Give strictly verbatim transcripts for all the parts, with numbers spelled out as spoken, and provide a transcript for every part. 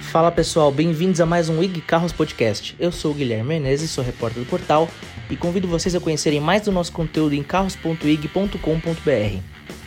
Fala pessoal, bem-vindos a mais um I G Carros Podcast. Eu sou o Guilherme Menezes, sou repórter do portal e convido vocês a conhecerem mais do nosso conteúdo em carros ponto i g ponto com ponto b r.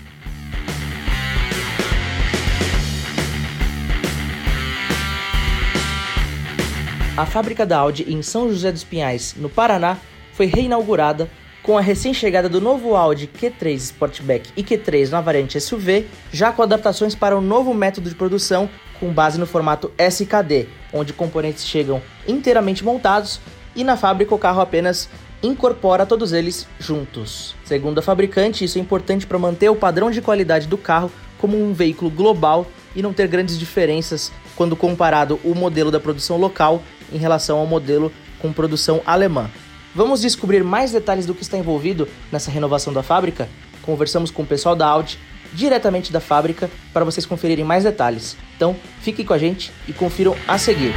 A fábrica da Audi em São José dos Pinhais, no Paraná, foi reinaugurada com a recém-chegada do novo Audi Q três Sportback e Q três na variante S U V, já com adaptações para o novo método de produção com base no formato S K D, onde componentes chegam inteiramente montados e na fábrica o carro apenas incorpora todos eles juntos. Segundo a fabricante, isso é importante para manter o padrão de qualidade do carro como um veículo global e não ter grandes diferenças quando comparado o modelo da produção local em relação ao modelo com produção alemã. Vamos descobrir mais detalhes do que está envolvido nessa renovação da fábrica? Conversamos com o pessoal da Audi, diretamente da fábrica, para vocês conferirem mais detalhes. Então, fiquem com a gente e confiram a seguir.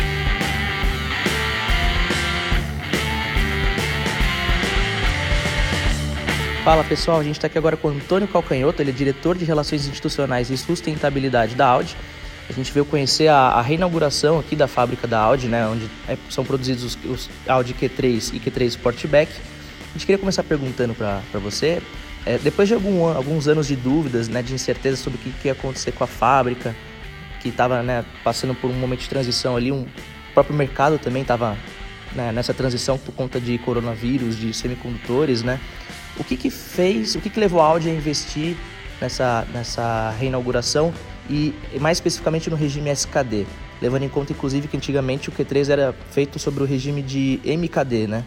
Fala pessoal, a gente está aqui agora com o Antônio Calcanhoto, ele é diretor de Relações Institucionais e Sustentabilidade da Audi. A gente veio conhecer a, a reinauguração aqui da fábrica da Audi, né, onde é, são produzidos os, os Audi Q três e Q três Sportback. A gente queria começar perguntando para você, é, depois de algum, alguns anos de dúvidas, né, de incerteza sobre o que, que ia acontecer com a fábrica, que estava, né, passando por um momento de transição ali, um, o próprio mercado também estava, né, nessa transição por conta de coronavírus, de semicondutores, né? O que que fez, o que que levou a Audi a investir nessa, nessa reinauguração e mais especificamente no regime S K D, levando em conta inclusive que antigamente o Q três era feito sobre o regime de M K D, né?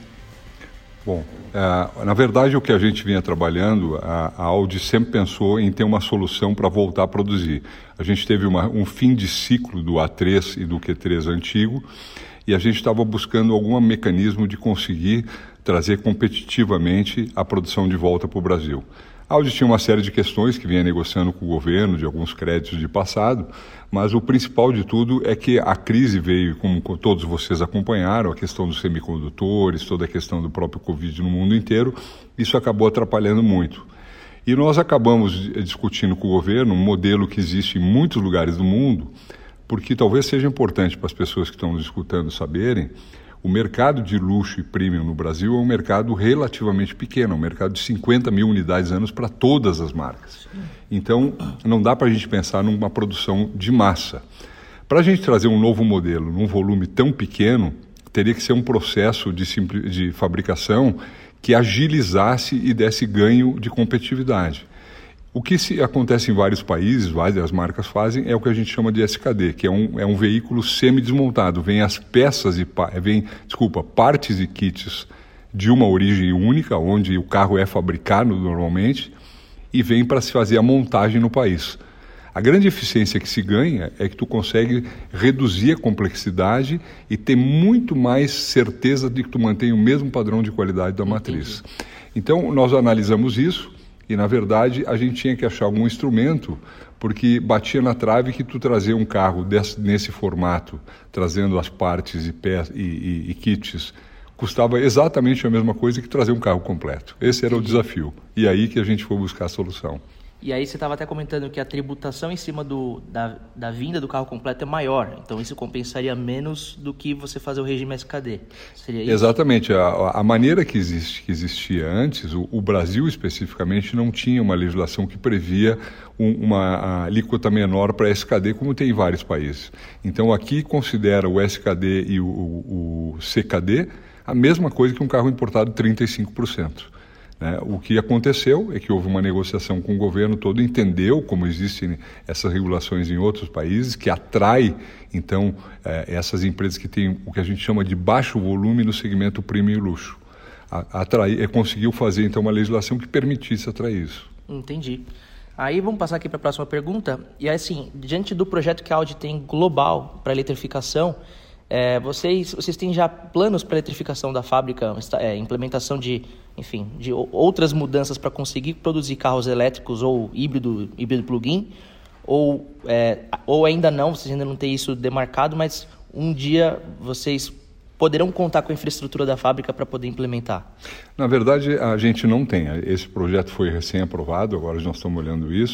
Bom, uh, na verdade o que a gente vinha trabalhando, a, a Audi sempre pensou em ter uma solução para voltar a produzir. A gente teve uma, um fim de ciclo do A três e do Q três antigo e a gente estava buscando algum mecanismo de conseguir trazer competitivamente a produção de volta para o Brasil. A Audi tinha uma série de questões que vinha negociando com o governo, de alguns créditos de passado, mas o principal de tudo é que a crise veio, como todos vocês acompanharam, a questão dos semicondutores, toda a questão do próprio Covid no mundo inteiro, isso acabou atrapalhando muito. E nós acabamos discutindo com o governo um modelo que existe em muitos lugares do mundo, porque talvez seja importante para as pessoas que estão nos escutando saberem. O mercado de luxo e premium no Brasil é um mercado relativamente pequeno, um mercado de cinquenta mil unidades anos para todas as marcas. Então, não dá para a gente pensar numa produção de massa. Para a gente trazer um novo modelo num volume tão pequeno, teria que ser um processo de, simpli- de fabricação que agilizasse e desse ganho de competitividade. O que se acontece em vários países, várias marcas fazem, é o que a gente chama de S K D, que é um, é um veículo semi-desmontado. Vem as peças, e vem, desculpa, partes e kits de uma origem única, onde o carro é fabricado normalmente, e vem para se fazer a montagem no país. A grande eficiência que se ganha é que tu consegue reduzir a complexidade e ter muito mais certeza de que tu mantém o mesmo padrão de qualidade da matriz. Entendi. Então, nós analisamos isso. E, na verdade, a gente tinha que achar algum instrumento, porque batia na trave que tu trazer um carro desse, nesse formato, trazendo as partes e, pe- e, e, e kits, custava exatamente a mesma coisa que trazer um carro completo. Esse era Entendi. O desafio. E aí que a gente foi buscar a solução. E aí você estava até comentando que a tributação em cima do, da, da vinda do carro completo é maior, então isso compensaria menos do que você fazer o regime S K D. Seria isso? Exatamente. A, a maneira que, existe, que existia antes, o, o Brasil especificamente não tinha uma legislação que previa um, uma alíquota menor para S K D, como tem em vários países. Então aqui considera o S K D e o, o, o C K D a mesma coisa que um carro importado trinta e cinco por cento. Né? O que aconteceu é que houve uma negociação com o governo todo, entendeu como existem essas regulações em outros países, que atrai, então, eh, essas empresas que têm o que a gente chama de baixo volume no segmento premium e luxo. A, atrai, é, conseguiu fazer, então, uma legislação que permitisse atrair isso. Entendi. Aí vamos passar aqui para a próxima pergunta. E assim, diante do projeto que a Audi tem global para eletrificação, É, vocês, vocês têm já planos para eletrificação da fábrica, é, implementação de, enfim, de outras mudanças para conseguir produzir carros elétricos ou híbrido, híbrido plug-in? Ou, é, ou ainda não, vocês ainda não têm isso demarcado, mas um dia vocês poderão contar com a infraestrutura da fábrica para poder implementar? Na verdade, a gente não tem. Esse projeto foi recém-aprovado, agora nós estamos olhando isso.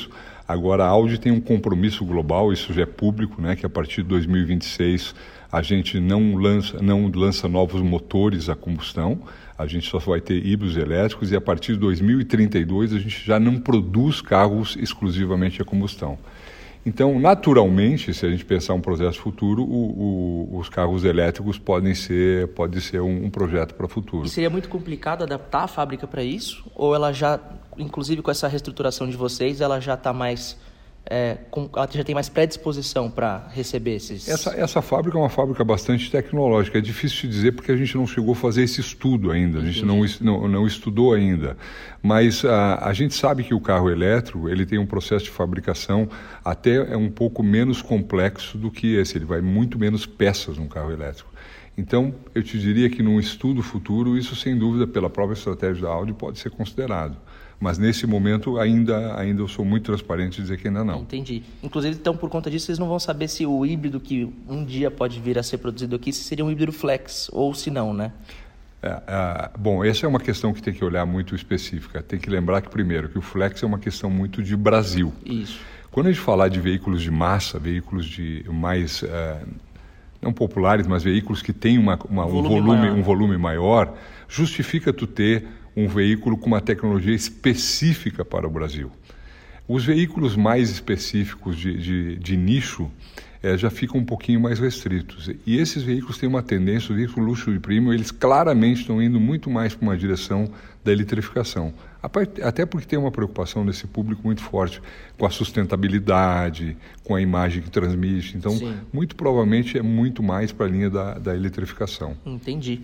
Agora, a Audi tem um compromisso global, isso já é público, né, que a partir de dois mil e vinte e seis a gente não lança, não lança novos motores a combustão, a gente só vai ter híbridos elétricos e a partir de dois mil e trinta e dois a gente já não produz carros exclusivamente a combustão. Então, naturalmente, se a gente pensar um processo futuro, o, o, os carros elétricos podem ser, pode ser um, um projeto para o futuro. E seria muito complicado adaptar a fábrica para isso? Ou ela já, inclusive com essa reestruturação de vocês, ela já está mais... É, com, ela já tem mais predisposição para receber esses... Essa, essa fábrica é uma fábrica bastante tecnológica. É difícil de dizer porque a gente não chegou a fazer esse estudo ainda. A gente não, não, não estudou ainda. Mas a, a gente sabe que o carro elétrico ele tem um processo de fabricação até é um pouco menos complexo do que esse. Ele vai muito menos peças num carro elétrico. Então, eu te diria que num estudo futuro, isso sem dúvida, pela própria estratégia da Audi, pode ser considerado. Mas nesse momento ainda, ainda eu sou muito transparente em dizer que ainda não. Entendi. Inclusive, então, por conta disso, vocês não vão saber se o híbrido que um dia pode vir a ser produzido aqui, se seria um híbrido flex ou se não, né? É, é, bom, essa é uma questão que tem que olhar muito específica. Tem que lembrar que, primeiro, que o flex é uma questão muito de Brasil. Isso. Quando a gente falar de veículos de massa, veículos de mais... É, não populares, mas veículos que têm uma, uma, um, volume, volume, um volume maior, justifica tu ter um veículo com uma tecnologia específica para o Brasil. Os veículos mais específicos de, de, de nicho é, já ficam um pouquinho mais restritos. E esses veículos têm uma tendência, os veículos luxo e premium, eles claramente estão indo muito mais para uma direção da eletrificação. Até porque tem uma preocupação desse público muito forte com a sustentabilidade, com a imagem que transmite. Então, Sim. muito provavelmente é muito mais para a linha da, da eletrificação. Entendi.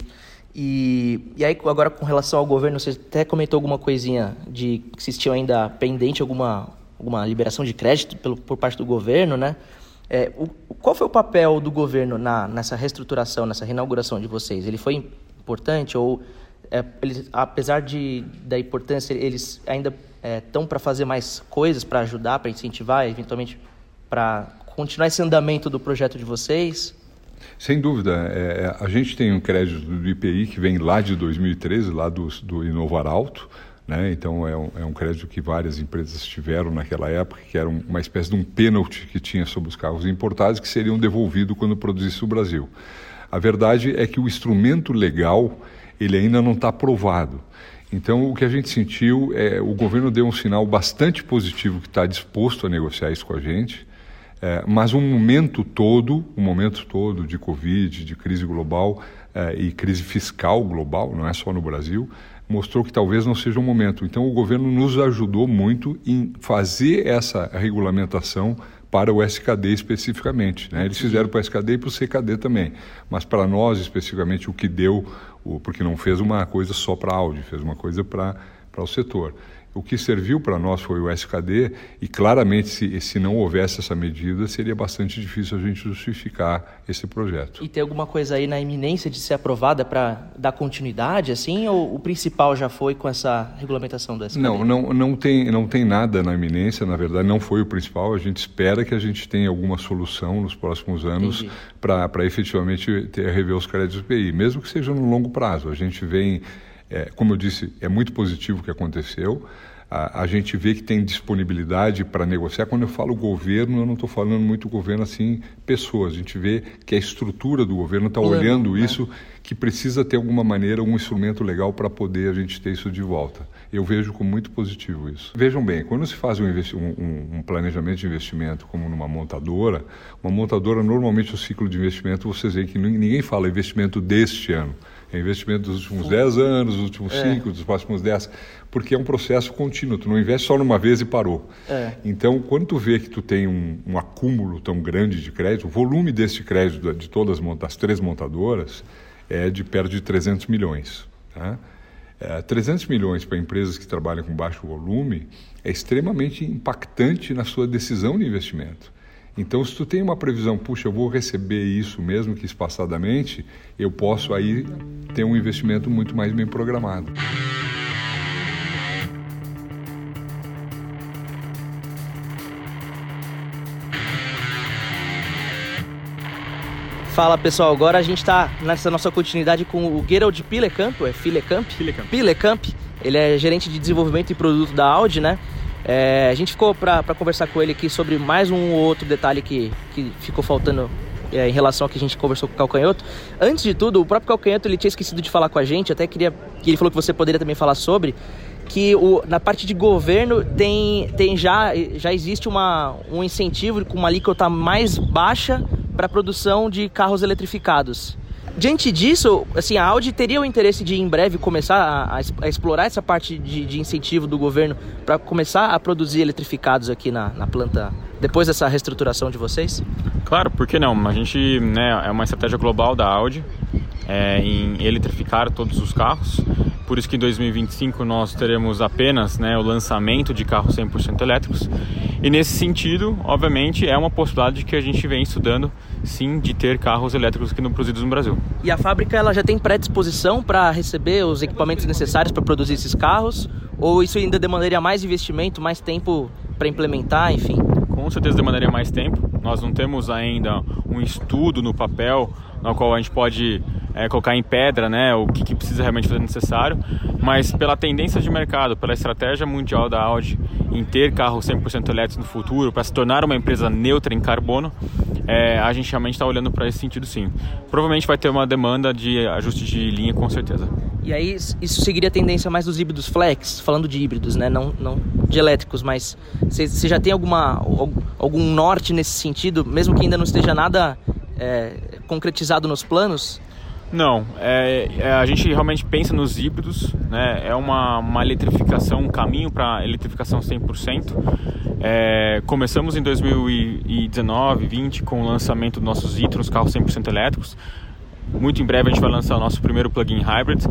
E, e aí, agora, com relação ao governo, você até comentou alguma coisinha de que existia ainda pendente alguma, alguma liberação de crédito pelo, por parte do governo, né? É, o, qual foi o papel do governo na, nessa reestruturação, nessa reinauguração de vocês? Ele foi importante ou, é, eles, apesar de, da importância, eles ainda estão é, para fazer mais coisas, para ajudar, para incentivar, eventualmente para continuar esse andamento do projeto de vocês? Sem dúvida. É, a gente tem um crédito do I P I que vem lá de dois mil e treze, lá do, do Inovar Alto, né? Então é um, é um crédito que várias empresas tiveram naquela época, que era uma espécie de um pênalti que tinha sobre os carros importados que seriam devolvidos quando produzisse o Brasil. A verdade é que o instrumento legal ele ainda não está aprovado. Então o que a gente sentiu é o governo deu um sinal bastante positivo que está disposto a negociar isso com a gente. É, mas um momento todo, um momento todo de Covid, de crise global é, e crise fiscal global, não é só no Brasil, mostrou que talvez não seja o momento. Então o governo nos ajudou muito em fazer essa regulamentação para o S K D especificamente, né? Eles fizeram para o S K D e para o C K D também, mas para nós especificamente o que deu, o, porque não fez uma coisa só para a Audi, fez uma coisa para, para o setor. O que serviu para nós foi o S K D e claramente se, se não houvesse essa medida seria bastante difícil a gente justificar esse projeto. E tem alguma coisa aí na iminência de ser aprovada para dar continuidade assim ou o principal já foi com essa regulamentação do S K D? Não, não, não, tem, não tem nada na iminência, na verdade não foi o principal, a gente espera que a gente tenha alguma solução nos próximos anos para efetivamente ter, rever os créditos do I P I, mesmo que seja no longo prazo. A gente vem... É, como eu disse, é muito positivo o que aconteceu. A, a gente vê que tem disponibilidade para negociar. Quando eu falo governo, eu não estou falando muito governo assim, pessoas. A gente vê que a estrutura do governo está olhando né? isso, que precisa ter alguma maneira, um instrumento legal para poder a gente ter isso de volta. Eu vejo como muito positivo isso. Vejam bem, quando se faz um, um, um planejamento de investimento como numa montadora, uma montadora, normalmente o ciclo de investimento, vocês veem que ninguém fala investimento deste ano. É investimento dos últimos dez anos, dos últimos cinco, é. dos próximos dez, porque é um processo contínuo, tu não investe só numa vez e parou. É. Então, quando tu vê que tu tem um, um acúmulo tão grande de crédito, o volume desse crédito de todas as três montadoras é de perto de trezentos milhões. Tá? É, trezentos milhões para empresas que trabalham com baixo volume é extremamente impactante na sua decisão de investimento. Então, se tu tem uma previsão, puxa, eu vou receber isso mesmo que espaçadamente, eu posso aí ter um investimento muito mais bem programado. Fala pessoal, agora a gente está nessa nossa continuidade com o Gerald Pilekamp, é Pilekamp? Pilekamp. Pilekamp, ele é gerente de desenvolvimento e produto da Audi, né? É, a gente ficou para conversar com ele aqui sobre mais um ou outro detalhe que, que ficou faltando é, em relação ao que a gente conversou com o Calcanhoto. Antes de tudo, o próprio Calcanhoto ele tinha esquecido de falar com a gente, até queria que ele falou que você poderia também falar sobre, que o, na parte de governo tem, tem já, já existe uma, um incentivo com uma alíquota mais baixa para a produção de carros eletrificados. Diante disso, assim, a Audi teria o interesse de em breve começar a, a explorar essa parte de, de incentivo do governo para começar a produzir eletrificados aqui na, na planta, depois dessa reestruturação de vocês? Claro, por que não? A gente, né, é uma estratégia global da Audi é, em eletrificar todos os carros. Por isso que em dois mil e vinte e cinco nós teremos apenas, né, o lançamento de carros cem por cento elétricos. E nesse sentido, obviamente, é uma possibilidade que a gente vem estudando, sim, de ter carros elétricos aqui no, produzidos no Brasil. E a fábrica ela já tem predisposição para receber os equipamentos necessários para produzir esses carros? Ou isso ainda demandaria mais investimento, mais tempo para implementar, enfim? Com certeza demandaria mais tempo. Nós não temos ainda um estudo no papel no qual a gente pode é, colocar em pedra, né, o que, que precisa realmente fazer necessário, mas pela tendência de mercado, pela estratégia mundial da Audi em ter carros cem por cento elétricos no futuro, para se tornar uma empresa neutra em carbono, é, a gente realmente está olhando para esse sentido, sim. Provavelmente vai ter uma demanda de ajuste de linha, com certeza. E aí isso seguiria a tendência mais dos híbridos flex, falando de híbridos, né, não, não de elétricos, mas você já tem alguma, algum norte nesse sentido, mesmo que ainda não esteja nada é, concretizado nos planos? Não, é, é, a gente realmente pensa nos híbridos, né? É uma, uma eletrificação, um caminho para eletrificação cem por cento. É, começamos em dois mil e dezenove, vinte com o lançamento dos nossos e-trons, carros cem por cento elétricos. Muito em breve a gente vai lançar o nosso primeiro plug-in hybrid,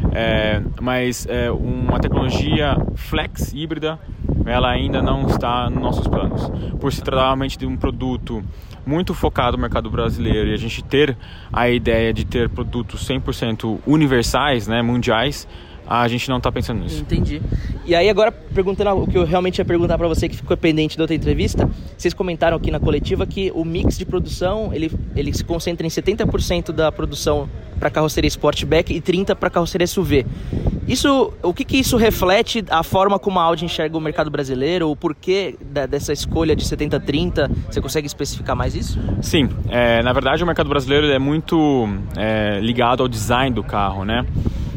é, mas é, uma tecnologia flex híbrida, ela ainda não está nos nossos planos. Por se tratar realmente de um produto muito focado no mercado brasileiro e a gente ter a ideia de ter produtos cem por cento universais, né, mundiais, a gente não está pensando nisso. Entendi. E aí agora, perguntando o que eu realmente ia perguntar para você, que ficou pendente da outra entrevista, vocês comentaram aqui na coletiva que o mix de produção, ele, ele se concentra em setenta por cento da produção para carroceria Sportback e trinta por cento para carroceria S U V. Isso, o que, que isso reflete a forma como a Audi enxerga o mercado brasileiro, o porquê da, dessa escolha de setenta a trinta? Você consegue especificar mais isso? Sim, é, na verdade o mercado brasileiro é muito é, ligado ao design do carro, né?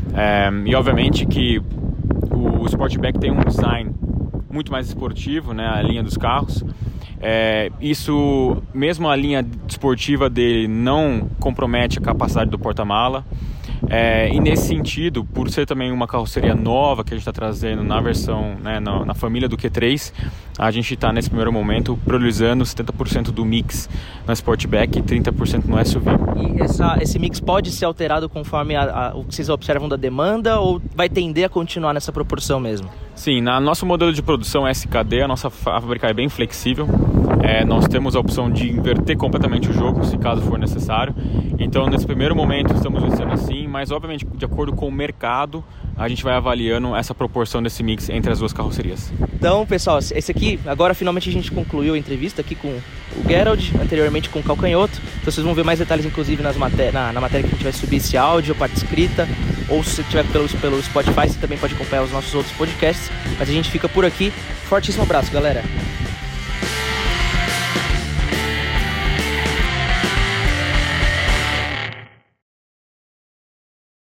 É, e obviamente que o Sportback tem um design muito mais esportivo, né, a linha dos carros. É, isso, mesmo a linha esportiva dele não compromete a capacidade do porta-mala. É, e nesse sentido, por ser também uma carroceria nova que a gente está trazendo na versão, né, na, na família do Q três, a gente está nesse primeiro momento priorizando setenta por cento do mix na Sportback e trinta por cento no S U V. E essa, esse mix pode ser alterado conforme a, a, o que vocês observam da demanda ou vai tender a continuar nessa proporção mesmo? Sim, no nosso modelo de produção S K D, a nossa fábrica é bem flexível. É, nós temos a opção de inverter completamente o jogo, se caso for necessário. Então, nesse primeiro momento, estamos iniciando assim, mas obviamente, de acordo com o mercado, a gente vai avaliando essa proporção desse mix entre as duas carrocerias. Então, pessoal, esse aqui, agora finalmente a gente concluiu a entrevista aqui com o Gerald, anteriormente com o Calcanhoto. Então vocês vão ver mais detalhes, inclusive, nas maté- na, na matéria que a gente vai subir esse áudio, parte escrita, ou se você estiver pelo, pelo Spotify, você também pode acompanhar os nossos outros podcasts. Mas a gente fica por aqui. Fortíssimo abraço, galera!